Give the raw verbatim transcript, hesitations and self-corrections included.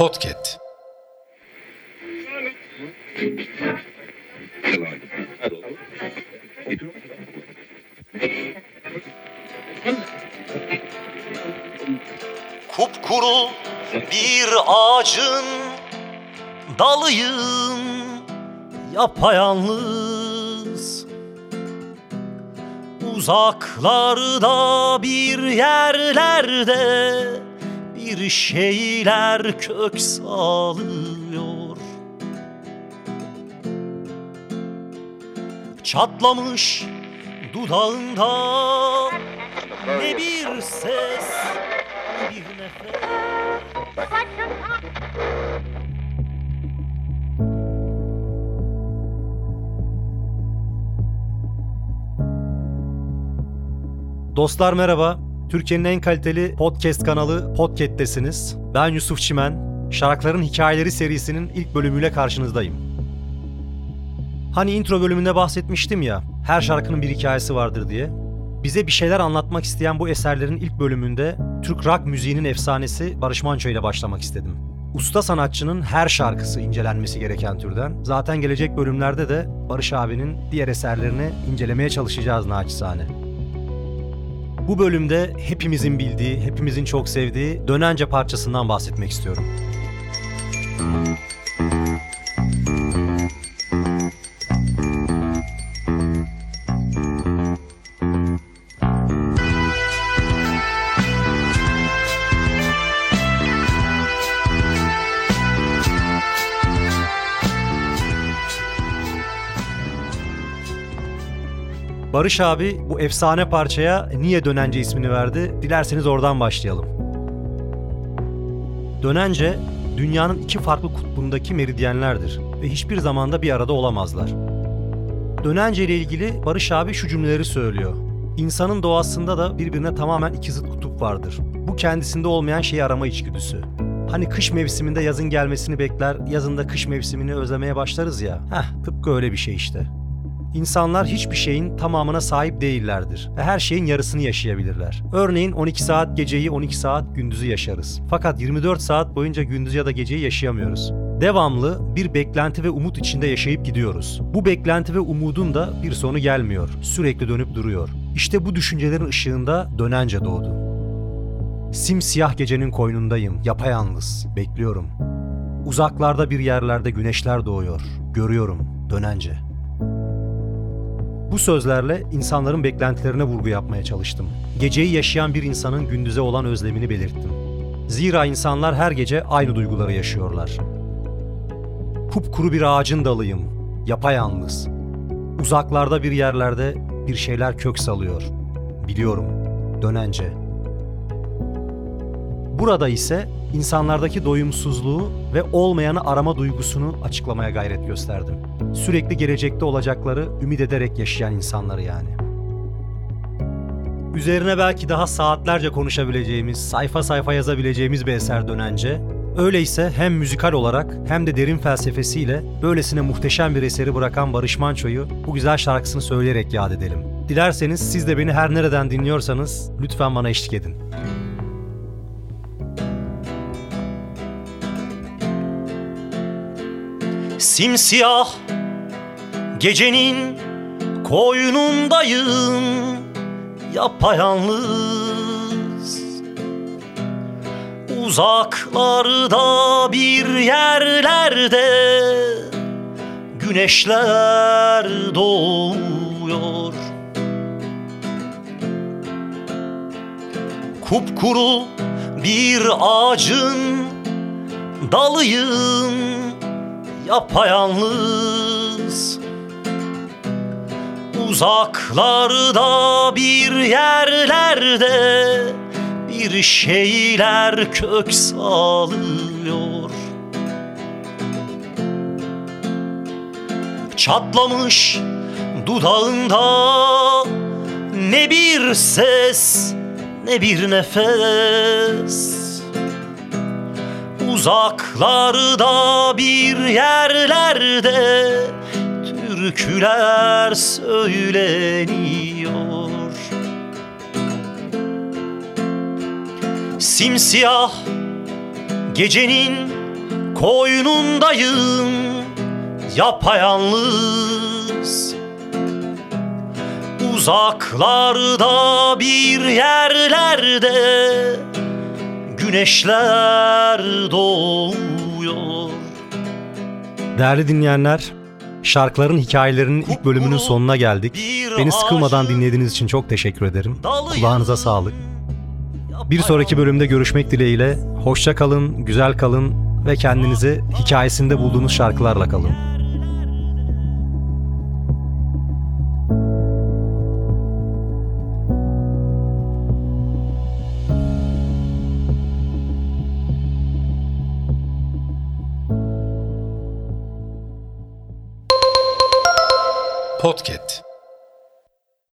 Podcast. Kupkuru bir ağacın dalıyım, yapayalnız. Uzaklarda bir yerlerde bir şeyler kök salıyor. Çatlamış dudağında ne bir ses, ne bir nefes. Dostlar merhaba. Türkiye'nin en kaliteli podcast kanalı Podcast'tesiniz. Ben Yusuf Çimen. Şarkıların Hikayeleri serisinin ilk bölümüyle karşınızdayım. Hani intro bölümünde bahsetmiştim ya, her şarkının bir hikayesi vardır diye. Bize bir şeyler anlatmak isteyen bu eserlerin ilk bölümünde Türk rock müziğinin efsanesi Barış Manço ile başlamak istedim. Usta sanatçının her şarkısı incelenmesi gereken türden. Zaten gelecek bölümlerde de Barış abinin diğer eserlerini incelemeye çalışacağız naçizane. Bu bölümde hepimizin bildiği, hepimizin çok sevdiği Dönence parçasından bahsetmek istiyorum. Barış abi bu efsane parçaya niye Dönence ismini verdi? Dilerseniz oradan başlayalım. Dönence, dünyanın iki farklı kutbundaki meridyenlerdir ve hiçbir zamanda bir arada olamazlar. Dönence ile ilgili Barış abi şu cümleleri söylüyor. İnsanın doğasında da birbirine tamamen iki zıt kutup vardır. Bu kendisinde olmayan şeyi arama içgüdüsü. Hani kış mevsiminde yazın gelmesini bekler, yazında kış mevsimini özlemeye başlarız ya. Heh, tıpkı öyle bir şey işte. İnsanlar hiçbir şeyin tamamına sahip değillerdir ve her şeyin yarısını yaşayabilirler. Örneğin on iki saat geceyi, on iki saat gündüzü yaşarız. Fakat yirmi dört saat boyunca gündüzü ya da geceyi yaşayamıyoruz. Devamlı bir beklenti ve umut içinde yaşayıp gidiyoruz. Bu beklenti ve umudun da bir sonu gelmiyor. Sürekli dönüp duruyor. İşte bu düşüncelerin ışığında Dönence doğdu. Simsiyah gecenin koynundayım, yapayalnız, bekliyorum. Uzaklarda bir yerlerde güneşler doğuyor. Görüyorum, Dönence. Bu sözlerle insanların beklentilerine vurgu yapmaya çalıştım. Geceyi yaşayan bir insanın gündüze olan özlemini belirttim. Zira insanlar her gece aynı duyguları yaşıyorlar. Kupkuru bir ağacın dalıyım, yapayalnız. Uzaklarda bir yerlerde bir şeyler kök salıyor. Biliyorum, Dönence. Burada ise insanlardaki doyumsuzluğu ve olmayanı arama duygusunu açıklamaya gayret gösterdim. Sürekli gelecekte olacakları ümit ederek yaşayan insanları yani. Üzerine belki daha saatlerce konuşabileceğimiz, sayfa sayfa yazabileceğimiz bir eser Dönence. Öyleyse hem müzikal olarak hem de derin felsefesiyle böylesine muhteşem bir eseri bırakan Barış Manço'yu bu güzel şarkısını söyleyerek yad edelim. Dilerseniz siz de beni her nereden dinliyorsanız lütfen bana eşlik edin. Simsiyah gecenin koynundayım, yapayalnız. Uzaklarda bir yerlerde güneşler doğuyor. Kupkuru bir ağacın dalıyım, yapayalnız. Uzaklarda bir yerlerde bir şeyler kök salıyor. Çatlamış dudağında ne bir ses, ne bir nefes. Uzaklarda bir yerlerde türküler söyleniyor. Simsiyah gecenin koynundayım yapayalnız. Uzaklarda bir yerlerde güneşler doğuyor. Değerli dinleyenler, şarkıların hikayelerinin ilk bölümünün sonuna geldik. Beni sıkılmadan dinlediğiniz için çok teşekkür ederim. Kulağınıza sağlık. Bir sonraki bölümde görüşmek dileğiyle. Hoşça kalın, güzel kalın ve kendinizi hikayesinde bulduğunuz şarkılarla kalın. Podcast.